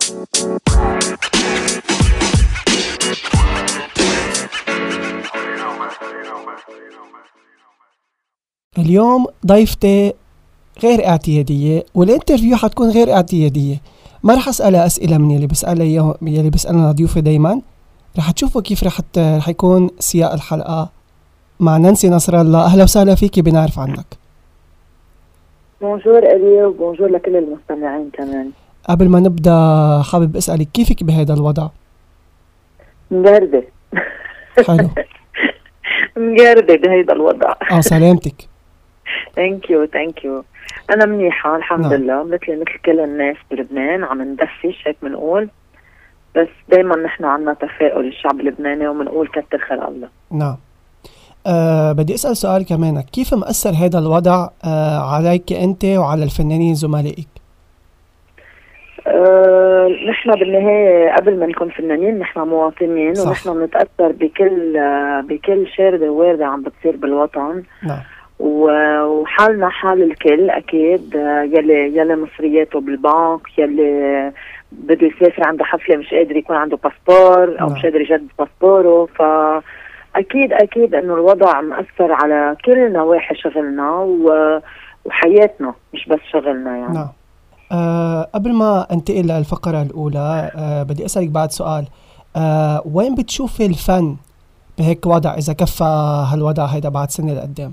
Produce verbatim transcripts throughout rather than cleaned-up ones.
اليوم ضيفتي غير اعتيادية، والانترفيو حتكون غير اعتيادية. ما رح أسألها أسئلة من يلي بسألها يلي بسألنا ضيوفي دايما. رح تشوفوا كيف رح رح يكون سياق الحلقة مع نانسي نصر الله. أهلا وسهلا فيكي، بنعرف عنك. بونجور إلي وبونجور لكل المستمعين كمان. قبل ما نبدأ حابب أسألك كيفك بهذا الوضع؟ مجردة. حلو. مجردة بهذا الوضع. اه سلامتك. ثانك يو ثانك يو. أنا منيحة الحمد نعم. لله، مثل مثل كل الناس بلبنان عم ندفش هيك بنقول، بس دايما نحن عنا تفاؤل الشعب اللبناني وبنقول كتر خير الله. نعم. أه بدي أسأل سؤال كمان، كيف مأثر هذا الوضع أه عليك أنت وعلى الفنانين زملائك؟ أه نحن بالنهاية قبل ما نكون فنانين نحن مواطنين، صح. ونحن نتأثر بكل أه بكل شاردة وواردة عم بتصير بالوطن. نعم. وحالنا حال الكل أكيد، يلي يلي مصرياته بالبنك، يلي بده يسافر عنده حفلة مش قادر يكون عنده باسبور أو مش قادر يجدد باسبوره. فأكيد أكيد إنه الوضع مأثر على كل نواحي شغلنا وحياتنا، مش بس شغلنا يعني. نعم. أه قبل ما انتقل للفقرة الأولى أه بدي أسألك بعد سؤال. أه وين بتشوفي الفن بهيك وضع إذا كفى هالوضع هيدا بعد سنة لقدام؟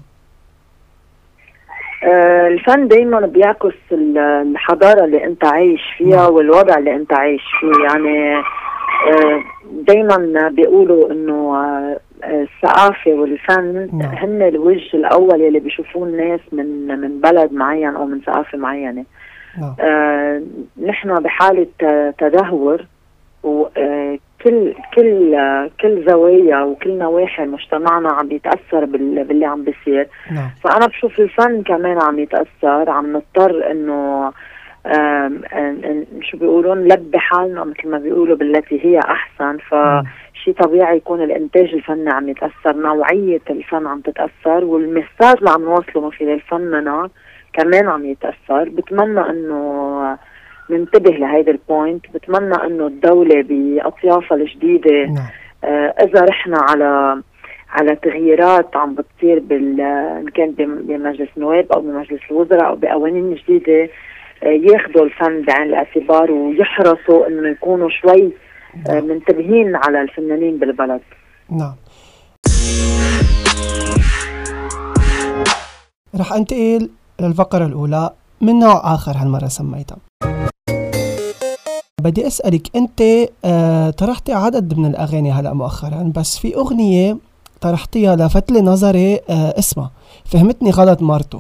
آه الفن دايما بيعكس الحضارة اللي انت عايش فيها والوضع اللي انت عايش فيه. يعني آه دايما بيقولوا انه آه الثقافة والفن هن الوجه الاول اللي بيشوفوه الناس من من بلد معين او من ثقافة معينة. آه نحن بحالة تدهور، وكل كل كل زوايا وكل نواحي مجتمعنا عم يتأثر باللي عم بيصير. نعم. فأنا بشوف الفن كمان عم يتأثر، عم نضطر إنه شو بيقولون نلبي حالنا مثل ما بيقولوا بالتي هي أحسن. فشي طبيعي يكون الإنتاج الفني عم يتأثر، نوعية الفن عم تتأثر، والمساج اللي عم نوصله من خلال فننا كمان عم يتأثر. بتمنى إنه ننتبه لهيدا البوينت. بتمنى انه الدولة باطيافها الجديدة نعم. آه اذا رحنا على على تغييرات عم بتصير بال ان كان بمجلس النواب او بمجلس الوزراء او بقوانين جديدة، آه ياخذوا الفن بعين الاعتبار ويحرصوا انه يكونوا شوي آه منتبهين على الفنانين بالبلد. نعم. رح انتقل للفقرة الأولى من نوع آخر هالمرة سميتها. بدي أسألك أنت آه طرحتي عدد من الأغاني هلأ مؤخرا، بس في أغنية طرحتيها لفت لي نظري آه اسمها فهمتني غلط مرته.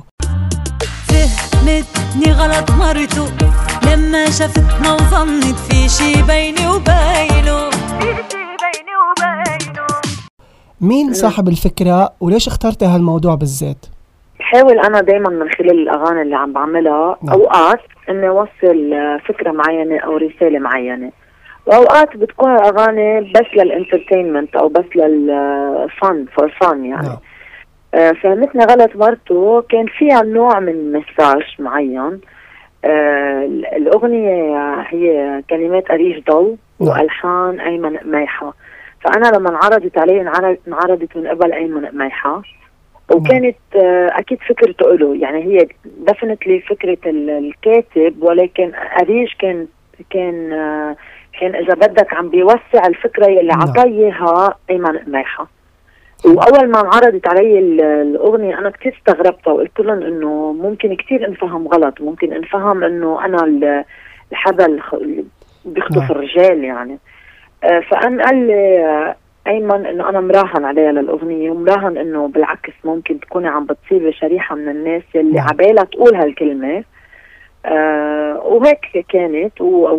فهمتني غلط مرته لما شافتنا وظنت في شي بيني وبينه. مين صاحب الفكرة وليش اخترتي هالموضوع بالذات؟ بحاول أنا دايما من خلال الأغاني اللي عم بعملها نعم. أوقات إني أوصل فكرة معينة أو رسالة معينة، وأوقات بتكون الأغاني بس للانترتينمنت أو بس للفن فور فن يعني نعم. آه فهمتني غلط مرته كان فيها نوع من مساج معين. آه الأغنية هي كلمات أريج ضو نعم. وألحان أيمن ميحة. فأنا لما انعرضت علي انعرضت من قبل أيمن ميحة، وكانت اكيد فكرته له، يعني هي دفنتلي فكره الكاتب، ولكن أريج كان كان كان اذا بدك عم بيوسع الفكره اللي عطاها اياها ايمن ميحة. واول ما انعرضت علي الاغنيه انا كثير استغربتها وقلت لهم انه ممكن كثير انفهم غلط، ممكن انفهم انه انا الحدا اللي بيخطف الرجال يعني. فأنا قال لي أيمن إنه أنا مراهن عليها للأغنية، ومراهن إنه بالعكس ممكن تكوني عم بتصير بشريحة من الناس اللي عبالها تقول هالكلمة. آه وهيك كانت،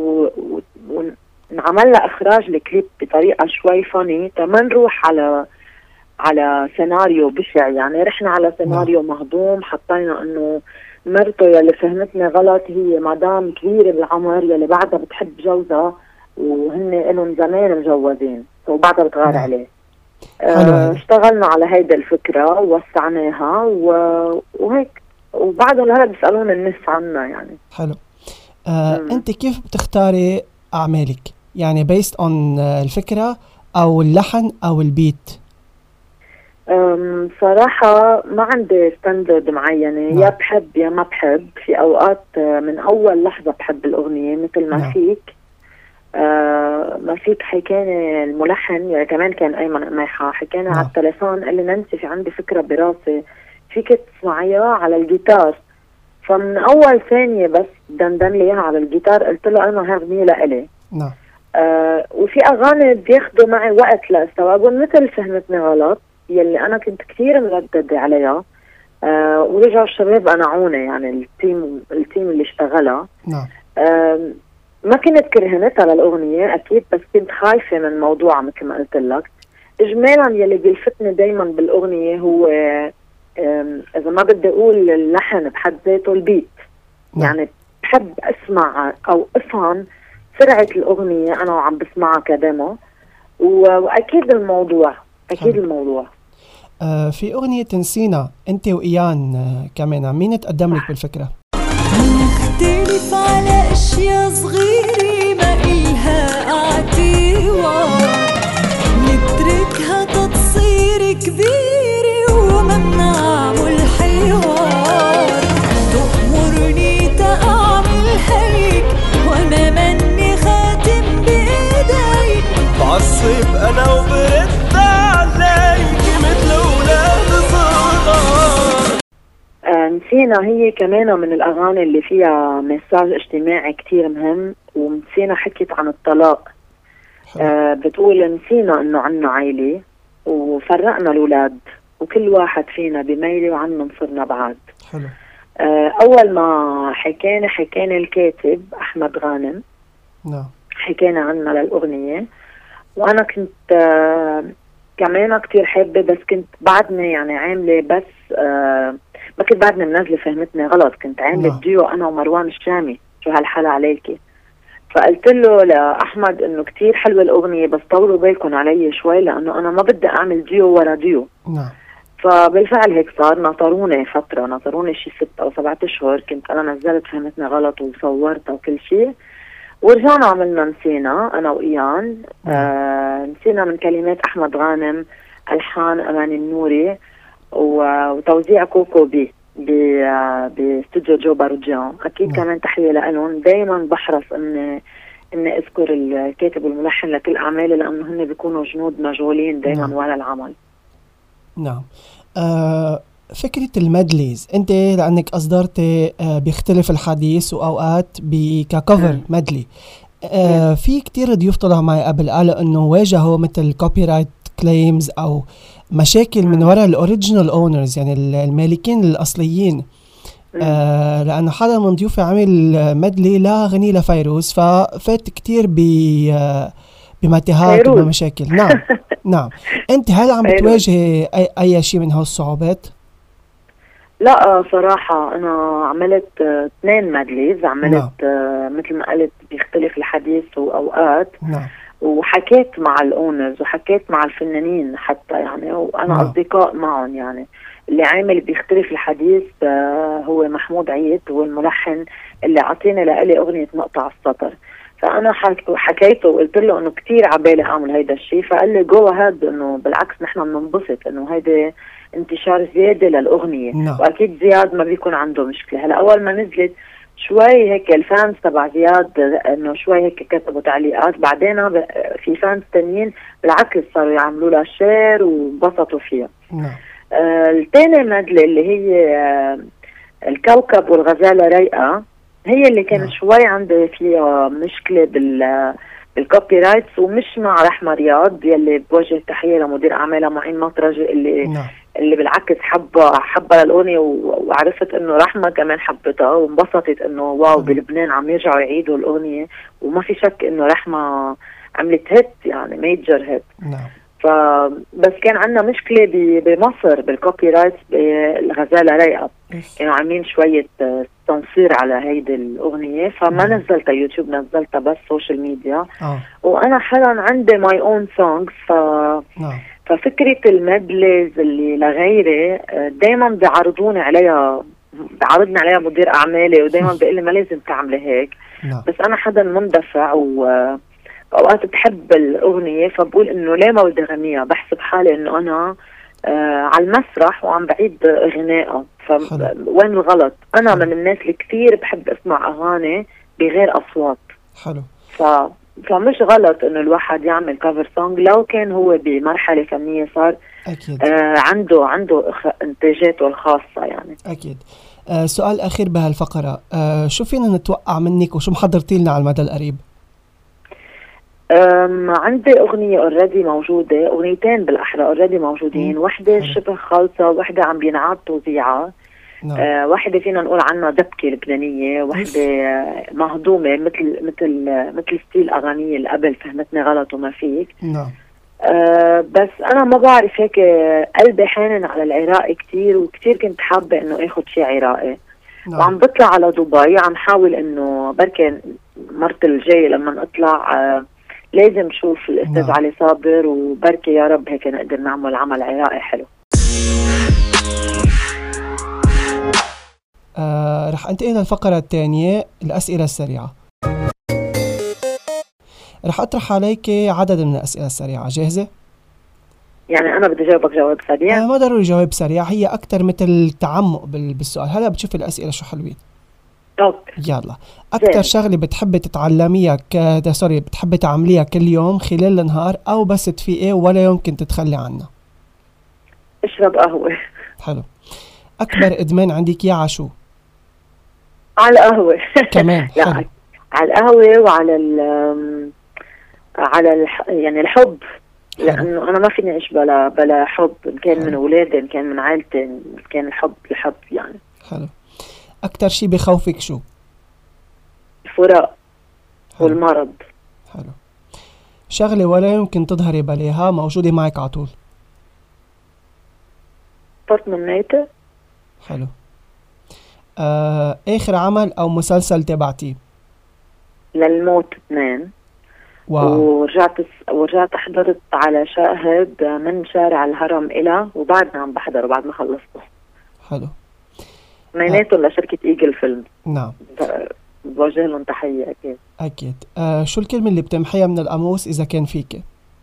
ونعمل لها إخراج الكليب بطريقة شوي فاني تما نروح على على سيناريو بشع. يعني رحنا على سيناريو مهضوم، حطينا إنه مرته يلي فهمتني غلط هي مدام كبيرة بالعمر يلي بعدها بتحب جوزها، وهن إلهم زمان مجوزين وبعدها بتغار نعم. عليه. آه اشتغلنا على هيدا الفكرة ووسعناها وهيك، وبعدهم هلا بيسألون الناس عنا يعني. حلو. آه انت كيف بتختاري أعمالك؟ يعني based on الفكرة أو اللحن أو البيت؟ صراحة ما عندي ستاندرد معينة. نعم. يا بحب يا ما بحب. في أوقات من أول لحظة بحب الأغنية، مثل ما نعم. فيك آه ما فيك حكاني الملحن، يعني كمان كان أيمن قميحة، حكاني نعم. على التليفون قال لي نانسي في عندي فكرة براسي فيك تسمعيها على الجيتار. فمن أول ثانية بس دندن لي إياها على الجيتار، قلت له أنا هغنية لإلي. نعم. آه وفي أغاني بياخدوا معي وقت لاستوعبهم، مثل فهمتني غلط يلي أنا كنت كثير مرددة عليها. آه ورجعوا الشباب قنعوني، يعني التيم التيم اللي اشتغلها. نعم. آه ما كنت كرهنتها للأغنية أكيد، بس كنت خايفة من موضوعها مثل ما قلت لك. إجمالا يلي بيلفتني دايما بالأغنية هو إذا ما بدي أقول اللحن بحد ذاته، البيت. نعم. يعني بحب أسمع أو أفهم سرعة الأغنية أنا وعم بسمعها كديمو، وأكيد الموضوع أكيد حلو. الموضوع آه في أغنية نسينا أنت وإيان آه كمان، مين تقدم لك بالفكرة؟ نختلف على أشياء صغيرة ما إلها اعتبار، نتركها تتصير كبيرة وما بنعمل حوار، تأمرني تأعمل هيك وأنا مني خاتم بإيديك، بعصب أنا وبرد عليك مثل أولاد صغار. آه نسينا هي كمان من الأغاني اللي فيها مساج اجتماعي كتير مهم، ونسينا حكيت عن الطلاق. آه بتقول نسينا انه عنا عائلة وفرقنا الأولاد وكل واحد فينا بميلة وعنا صرنا بعاد. حلو. آه اول ما حكينا حكينا الكاتب احمد غانم. نعم. حكينا عنها للأغنية، وانا كنت آه كمان كتير حابة، بس كنت بعدني يعني عاملة بس آه ما كنت بعدني منزلة فهمتني غلط، كنت عاملة نعم. ديو انا ومروان الشامي، شو هالحالة عليكي. فقلت له لأحمد إنه كتير حلوة الأغنية بس طولوا بالكم علي شوي، لأنه أنا ما بدي أعمل ديو ورا ديو. نعم. فبالفعل هيك صار، ناطروني فترة، ناطروني شي ست أو سبعة أشهر، كنت أنا نزلت فهمتني غلط وصورتها وكل شيء، ورجعنا عملنا نسينا أنا وإيان. نعم. آه نسينا من كلمات أحمد غانم، ألحان أماني النوري، وتوزيع كوكو بي باستوديو جو باروجيان. اكيد نعم. كمان تحيه لهم، دائما بحرص اني اني اذكر الكاتب والملحن لكل اعمالي، لانه هن بيكونوا جنود مجهولين دائما نعم. ورا العمل. نعم. آه فكره الميدليز، انت لانك اصدرتي آه بيختلف الحديث واوقات ككفر ميدلي، آه في كتير ضيوف طلعوا معي قبل قالوا انه واجهوا مثل كوبي رايت كليمز او مشاكل من وراء الاوريجينال اونرز، يعني المالكين الاصليين. آه لانه حدا من ضيوفي عمل مدلي لا غني لفيروز، ففات كتير ب بمتاهات وبمشاكل. نعم. نعم. انت هل عم بتواجهي اي, أي شيء من هالصعوبات؟ لا صراحة أنا عملت اثنين مدليز، عملت نعم. آه مثل ما قلت بيختلف الحديث وأوقات. نعم. وحكيت مع الاونرز وحكيت مع الفنانين حتى، يعني وانا نعم. اصدقاء معهم. يعني اللي عامل بيختلف الحديث آه هو محمود عيد، هو الملحن اللي عطيني لإلي اغنيه مقطع السطر. فانا حكيته وقلت له انه كثير عبالي اعمل هيدا الشيء، فقال لي جو هاد، انه بالعكس نحن بننبسط انه هيدا انتشار زياده للاغنيه. نعم. واكيد زياد ما بيكون عنده مشكله. هلا اول ما نزلت شوي هيك الفانز تبع زياد انه شوي هيك كتبوا تعليقات، بعدين في فانز تانيين بالعكس صاروا يعملوا لها شير وانبسطوا فيها. نعم. آه الثاني مدلة اللي هي آه الكوكب والغزالة رايقة، هي اللي كان نعم. شوي عندي فيها مشكلة بال بالكوبي رايتس، ومش مع رحمة رياض يلي بوجه تحية لمدير اعمالها معين مطرجي اللي نعم. اللي بالعكس حبها حبها للأغنية، وعرفت انه رحمة كمان حبتها وانبسطت انه واو بلبنان عم يرجعوا يعيدوا الأغنية. وما في شك انه رحمة عملت هيت، يعني ميجر هيت. نعم. فبس كان عندنا مشكلة بمصر بالكوبي رايتس بالغزالة رايقة، كانوا عاملين شوية تنصير على هيدي الأغنية، فما نعم. نزلتها يوتيوب، نزلتها بس سوشيال ميديا. آه. وأنا حالا عندي ماي اون سونجز، ف نعم. ففكرة الميدليز اللي لغيري دايما بيعرضوني عليها، بيعرضني عليها مدير أعمالي، ودايما بيقول لي ما لازم تعملي هيك. نعم. بس انا حدا مندفع واوقات بحب الاغنيه، فبقول انه ليه ما بدي اغنيها، بحسب حالي انه انا آه على المسرح وعم بعيد غنائها، فوين الغلط؟ انا حلو. من الناس اللي كثير بحب اسمع اغاني بغير اصوات. حلو. ف فمش غلط انه الواحد يعمل كفر سونج لو كان هو بمرحله فنيه صار اكيد. آه عنده عنده إخ- انتاجاته الخاصه يعني. اكيد. آه سؤال اخير بهالفقره، آه شو فينا نتوقع منك وشو محضرتي لنا على المدى القريب؟ أم عندي أغنية اوريدي موجودة، أغنيتين بالأحرى اوريدي موجودين، وحدة حلو. شبه خالصة، وحدة عم بينعاد توزيعها. نعم. أه وحدة فينا نقول عنها دبكة لبنانية، وحدة آه، مهضومة مثل مثل مثل ستيل أغانية اللي قبل فهمتني غلط وما فيك. نعم. أه بس أنا ما بعرف هيك، قلبي حانن على العراق كتير، وكتير كنت حابة إنه آخد شي عراقي. نعم. وعم بطلع على دبي، عم حاول إنه بركن مرت الجاي لما أطلع أه لازم شوف الأستاذ نعم. علي صابر، وبركي يا رب هيك نقدر نعمل عمل عراقي حلو. آه رح انتقل للفقرة الثانية، الأسئلة السريعة. رح أطرح عليك عدد من الأسئلة السريعة، جاهزة؟ يعني أنا بدي جاوبك جواب سريع؟ آه ما ضروري جواب سريع، هي أكتر مثل تعمق بال- بالسؤال. هلا بتشوف الأسئلة شو حلوين. أوكي. يلا. أكتر زين. شغلة بتحبي تتعلميها ك... ده سوري بتحبي تعمليها كل يوم خلال النهار أو بس تفيقي ولا يمكن تتخلي عنها؟ اشرب قهوة. حلو. أكبر إدمان عندك يا عشو؟ على قهوة. كمان. لا حلو. على القهوة وعلى ال على الح... يعني الحب، حلو. لأنه أنا ما فيني أعيش بلا بلا حب، إن كان حلو. من أولادي، إن كان من عائلتي، إن كان الحب الحب يعني. حلو. أكتر شي بخوفك شو؟ الفراق حلو. والمرض. حلو. شغلة ولا يمكن تظهري بلاها موجودة معك على طول؟ صرت من ميتة. حلو. آه، آخر عمل أو مسلسل تابعتيه؟ للموت اثنين. واو. ورجعت ورجعت حضرت على شاهد من شارع الهرم إلى، وبعدنا عم بحضر بعد ما خلصته. حلو. اثنيناتهم لشركة إيجل فيلم، نعم. بوجه لهم تحية أكيد. أكيد. آه، شو الكلمة اللي بتمحيها من القاموس إذا كان فيك؟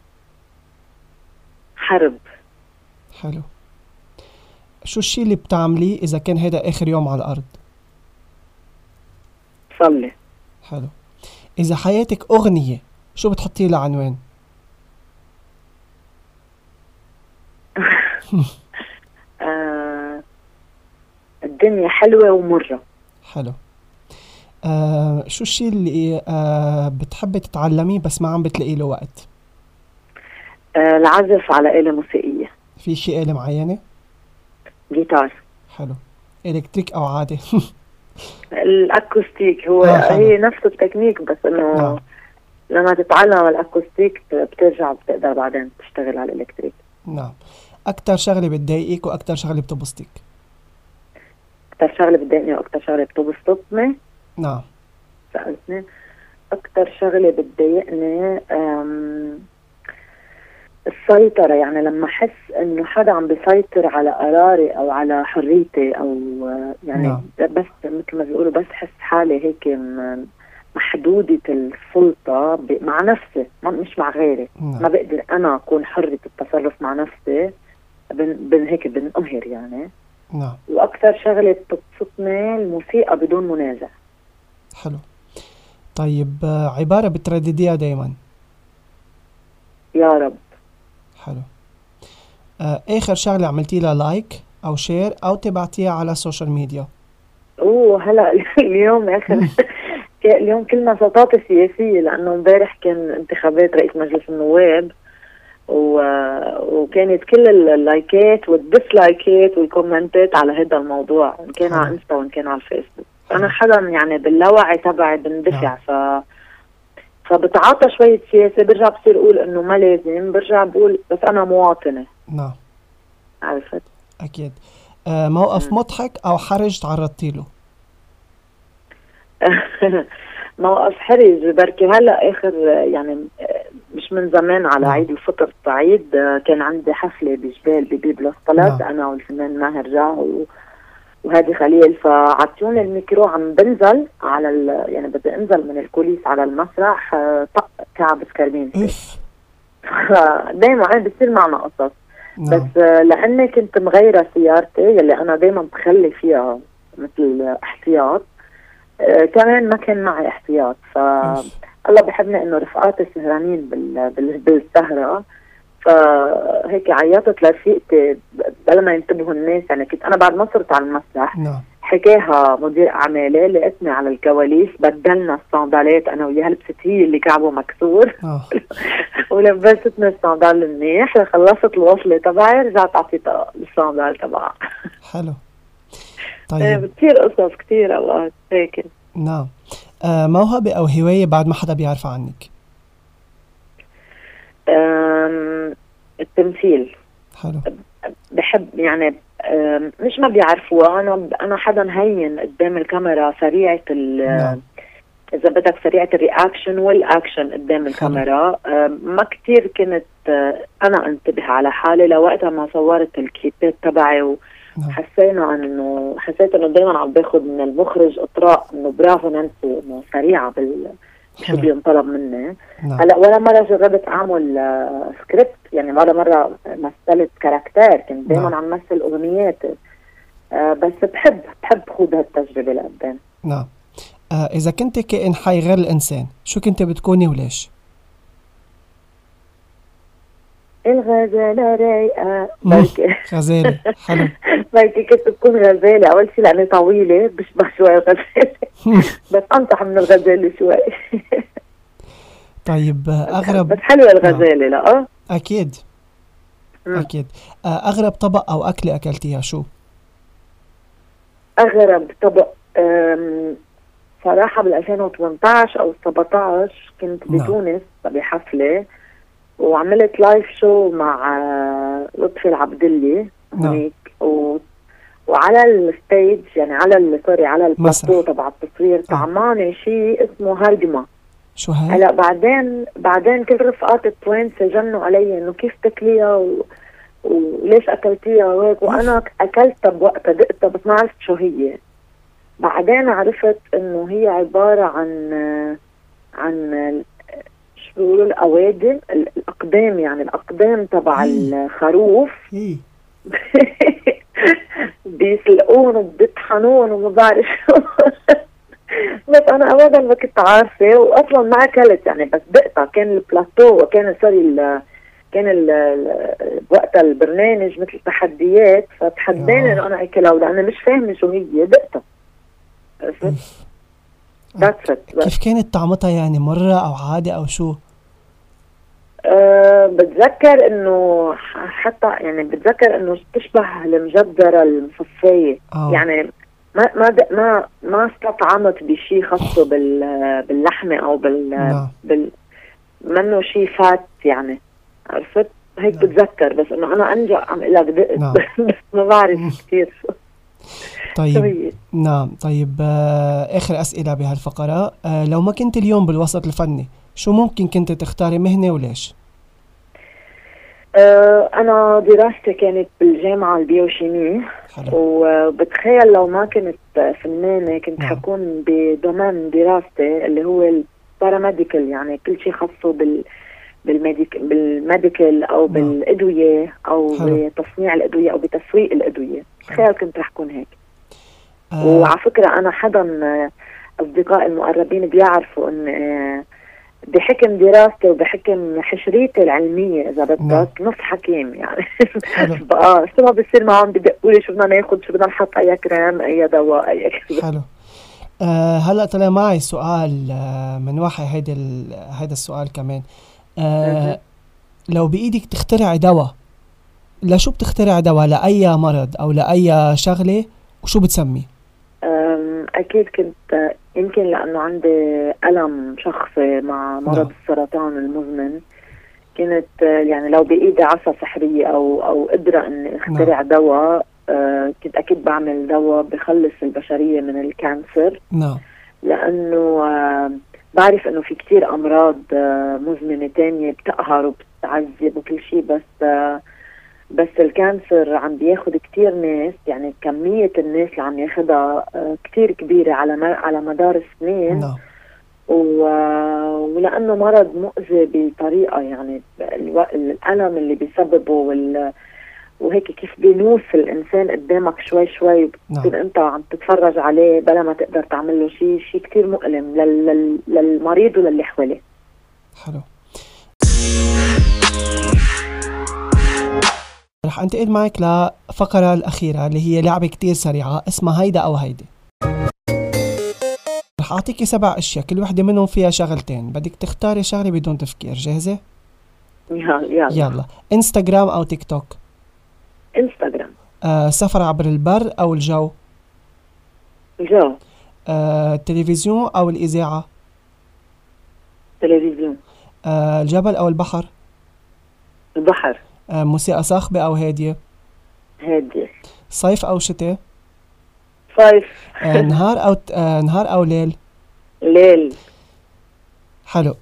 حرب. حلو. شو الشي اللي بتعمليه إذا كان هيدا آخر يوم على الأرض؟ صلي. حلو. إذا حياتك أغنية شو بتحطيه لعنوان؟ آه الدنيا حلوة ومرة. حلو. آه، شو الشي اللي آه بتحبي تتعلميه بس ما عم بتلاقي له وقت؟ آه العزف على آلة موسيقية. في شي آلة معينة؟ جيتار. حلو. إلكتريك أو عادي؟ الأكوستيك هو آه، حلو. هي نفس التكنيك، بس إنه نعم. لما تتعلم الأكوستيك بترجع بتقدر بعدين تشتغل على الإلكتريك. نعم. أكتر شغلة بتضايقك وأكتر شغلة بتبسطك؟ أكتر شغلة بتضايقني وأكتر شغلة بتبسطني؟ نعم. سألتني. أكتر شغلة بتضايقني أم، السيطرة، يعني لما أحس إنه حدا عم بيسيطر على قراري أو على حريتي، أو آه، يعني نعم. بس مثل ما بيقولوا بس حس حالي هيك م- محدودة السلطة ب- مع نفسي، ما- مش مع غيري. نعم. ما بقدر أنا أكون حرة التصرف مع نفسي، بن, بن هيك بنقهر يعني. نعم. وأكثر شغلة بتبسطني الموسيقى بدون منازع. حلو. طيب آه، عبارة بتردديها دايما؟ يا رب. حلو. آه، آخر شغلة عملتي لها لايك أو شير أو تبعتيها على السوشيال ميديا؟ اوه هلا اليوم اخر اليوم كلنا سطات سياسيه، لانه امبارح كان انتخابات رئيس مجلس النواب، و... وكانت كل اللايكات والديسلايكات والكومنتات على هذا الموضوع، ان كان على انستا وان كان على الفيسبوك. انا حدا يعني باللاوعي تبعي بندفع، ف فبتعاطى شويه سياسه، برجع بصير اقول انه ما لازم، برجع بقول بس انا مواطنه. نعم. عرفت. أكيد. آه، موقف مضحك أو حرج تعرضتي له؟ موقف حرج بركي هلا اخر، يعني مش من زمان، على عيد الفطر السعيد كان عندي حفله بجبال ببيبلوس ثلاث، انا والفنان ماهر جاه، وهذه خليل. فعطيوني الميكرو عم بنزل على ال... يعني بدي انزل من الكوليس على المسرح، آه، طق كعب سكربين. دايما عم بيصير معنا قصص. نعم. بس آه، لاني كنت مغيره سيارتي يلي انا دايما بخلي فيها مثل احتياط، آه، كمان ما كان معي احتياط. ف الله بحبني انه رفقاتي سهرانين بال... بال... بالسهره، فهيك عيطت لرفيقتي بلا ما ينتبهوا الناس. يعني كنت انا بعد ما صرت على المسرح نعم. حكاها مدير اعمالي، لقيتني على الكواليس بدلنا الصندالات انا وياها، لبست هي اللي كعبه مكسور ولبستني الصندال منيح، خلصت الوصله تبعي رجعت اعطيتها الصندال تبعها. حلو. طيب بتصير قصص كثير اوقات هيك. نعم. آه موهبه او هوايه بعد ما حدا بيعرف عنك؟ التمثيل. حلو. بحب يعني مش ما بيعرفوا، انا انا حدا هين قدام الكاميرا، سريعه ال نعم. اذا بدك سريعه الرياكشن والاكشن قدام الكاميرا. ما كتير كنت انا انتبه على حالي لوقتها ما صورت الكليبات تبعي، وحسينا انه حسيت انه دائما عم باخذ من المخرج اطراء انه برافو نانسي انه سريعه بال شو بينطلب مني. نعم. هلا ولا مره جربت اعمل آه سكريبت، يعني ولا مره مثلت كاركتير، كنت دائما نعم. عم مثل اغنيات. آه بس بحب بحب خوض هالتجربه لقدام. نعم. آه اذا كنت كائن حي غير الانسان شو كنت بتكوني وليش؟ الغزاله رايقه بركي. غزاله. حلو. بركي كنت بكون غزاله، اول شيء لاني طويله بشبه شوي الغزاله بس انصح من الغزاله شوي. طيب اغرب بس حلوه الغزاله. لا اه اكيد. م. اكيد. اغرب طبق او اكله اكلتيها شو؟ اغرب طبق صراحه بال ألفين وثمانية عشر او سبعة عشر كنت بتونس بحفله، وعملت لايف شو مع لطفي العبدلي هنيك. و... وعلى الستيج يعني على سوري على البلاطو تبع التصوير طعماني شيء اسمه هرجمه. شو هاي؟ هلا بعدين بعدين كل رفقات التوينسه جنوا علي انه كيف تاكليها و... وليش اكلتيها وهيك، وانا اكلتها بوقتها دقتها بس ما عرفت شو هي. بعدين عرفت انه هي عباره عن عن شو بيقولوا الاوادم الاقدام، يعني الاقدام تبع الخروف بيسلقون وبيطحنون وما بعرف شو بس انا ابدا ما كنت عارفه واصلا ما اكلت يعني، بس دقتها. كان البلاطو وكان سوري ال كان ال وقتها البرنامج مثل تحديات، فتحداني انه انا اكلها ولانه مش فاهمه شو هي دقتها. عرفت؟ كيف كانت طعمتها يعني مرة او عادي او شو؟ أه بتذكر انه حتى يعني بتذكر انه تشبه المجدرة المصفية. أوه. يعني ما ما ما ما استطعمت بشيء خاصه بال باللحمه او بال لا. بال منه شيء فات يعني. عرفت هيك؟ لا. بتذكر بس انه انا انجا عم اقول لك دقت بس ما بعرف كثير. طيب نعم. طيب آه اخر اسئله بهالفقره. آه لو ما كنت اليوم بالوسط الفني شو ممكن كنت تختاري مهنه وليش؟ أه أنا دراستي كانت بالجامعة البيوشيمية، وبتخيل لو ما كنت فنانة كنت نعم. حكون بدومين دراستي اللي هو الباراميديكال، يعني كل شيء خاصه بال بالميديك بالميديكال أو نعم. بالأدوية أو حلو. بتصنيع الأدوية أو بتسويق الأدوية. تخيل كنت رح كون هيك. أه وعلى فكرة أنا حدا أصدقائي المقربين بيعرفوا إن بحكم دراستي وبحكم حشريتي العلمية إذا بدك نص حكيم يعني. بقى شو ما بصير معهم بدقوا لي شو بدنا ناخذ، شو بدنا نحط، أي كريم أي دواء أي كذا. حلو. آه هلا طلع معي سؤال آه من وحي هيدا هيدا السؤال كمان. آه لو بإيدك تخترعي دواء، لشو بتخترعي دواء؟ لأي مرض أو لأي شغلة وشو بتسميه؟ أكيد كنت يمكن لأنه عندي ألم شخصي مع مرض نعم. السرطان المزمن، كنت يعني لو بإيدي عصا سحرية أو أو قدرة إني اخترع نعم. دواء، آه كنت أكيد بعمل دواء بخلص البشرية من الكانسر. نعم. لأنه آه بعرف إنه في كتير أمراض آه مزمنة تانية بتقهر وبتعذب وكل شيء، بس آه بس الكانسر عم بياخد كتير ناس، يعني كمية الناس اللي عم ياخدها كتير كبيرة على على مدار السنين. نعم. ولأنه مرض مؤذي بطريقة، يعني الألم اللي بيسببه وال وهيك كيف بينوف الإنسان قدامك شوي شوي، بتصير أنت عم تتفرج عليه بلا ما تقدر تعمل له شيء، شيء كتير مؤلم لل... للمريض وللي حواليه. حلو. رح انتقل معك لفقرة الأخيرة اللي هي لعبة كتير سريعة اسمها هيدا أو هيدي. رح أعطيكي سبع أشياء، كل وحدة منهم فيها شغلتين، بدك تختاري شغلة بدون تفكير. جاهزة؟ يلا يلا يلا. انستغرام أو تيك توك؟ انستغرام. آه سفر عبر البر أو الجو؟ الجو. آه التلفزيون أو الإذاعة؟ تلفزيون. آه الجبل أو البحر؟ البحر. آه موسيقى صاخبة أو هادية؟ هادية. صيف أو شتاء؟ صيف. آه نهار أو آه نهار أو ليل؟ ليل. حلو.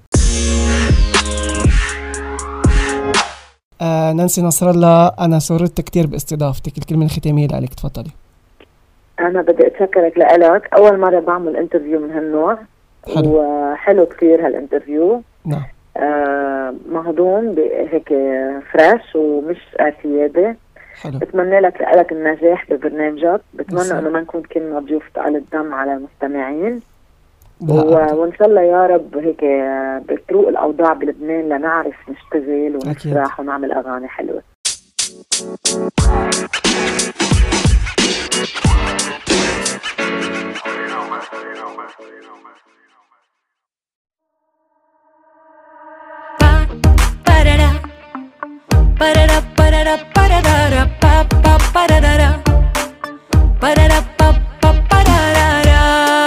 آه نانسي نصر الله، أنا سررت كتير باستضافتك، الكلمة الختامية لك تفضلي. أنا بدي أتشكرك لك، أول مرة بعمل انترفيو من هالنوع. حلو. وحلو كتير هالانترفيو. نعم. آه مهضوم هيك فريش ومش اعتيادي. حلو. بتمنى لك لك النجاح ببرنامجك، بتمنى انه ما نكون كنا ضيوف تقال الدم على المستمعين، و... وان شاء الله يا رب هيك بتروق الاوضاع بلبنان لنعرف نشتغل ونسرح ونعمل اغاني حلوه. Parara parara parara pa pa parara parara pa pa parara.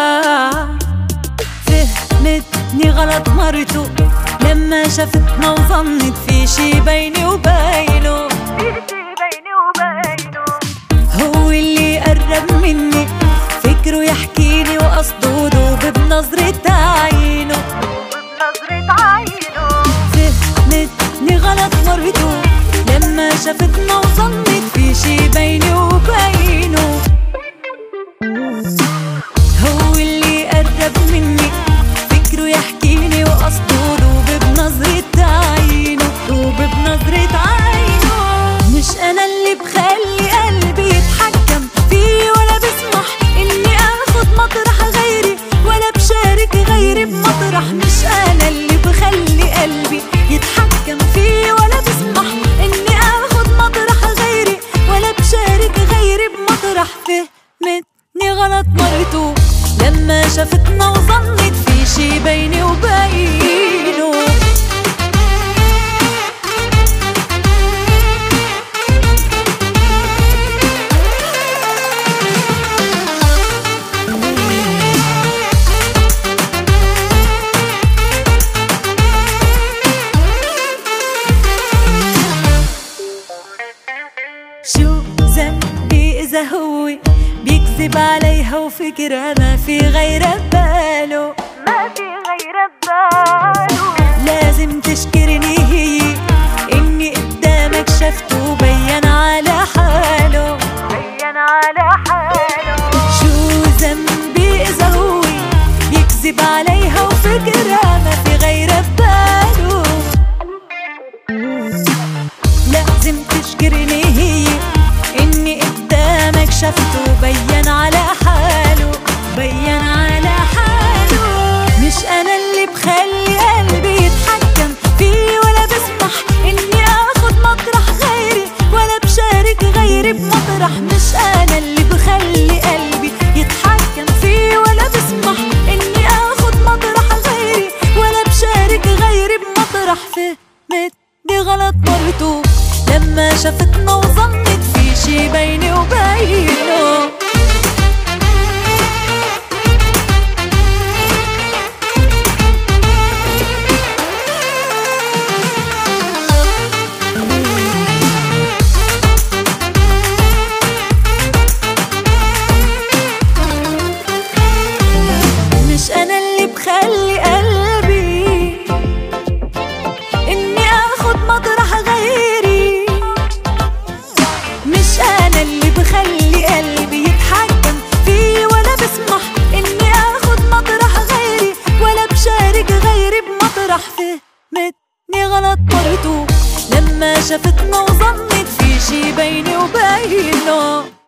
فهمتني غلط مرته لما شافتنا وظنت في شي بيني وبينه، في شي بيني وبينه. هو اللي قرب مني فكره يحكيني وقصده دوب بنظرة عينه، بنظرة عينه. فهمتني غلط مرته لما شافتنا وظنت في شي بيني وبينه. هو اللي قرب مني فكره يحكيني وقصده دوب بنظرة عينه، دوب بنظرة عينه. مش أنا اللي بخلي قلبي يتحكم فيه، ولا بسمح إني آخد مطرح غيري، ولا بشارك غيري بمطرح. مش أنا اللي بخلي قلبي يتحكم فيه، ولا بسمح إني آخد مطرح غيري، ولا بشارك غيري بمطرح. فهمتني غلط مرته لما شافتنا وظنت في شي بيني وبينه. شو ذنبي إذا هو بيكذب عليها وفكرة ما في غيرها بباله، ما في غيرها بباله. لازم تشكرني هي إني قدامك شفته وبين على حاله، بين على حاله. شو ذنبي إذا هو بيكذب عليها وفكرة ما في غيرها بباله. لازم تشكرني هي إني قدامك شفته وبين على حاله، بين على حاله. مش أنا اللي بخلي قلبي يتحكم فيه، ولا بسمح إني آخد مطرح غيري، ولا بشارك غيري بمطرح. مش أنا اللي بخلي قلبي يتحكم فيه، ولا بسمح إني آخد مطرح غيري، ولا بشارك غيري بمطرح. فهمتني غلط مرته لما شافتنا وظنت في شي بيني وبينه. مش أنا اللي بخلي قلبي إني آخد مطرح غيري، فهمتني غلط برضو لما شافتنا وظنت في شي بيني وبينه.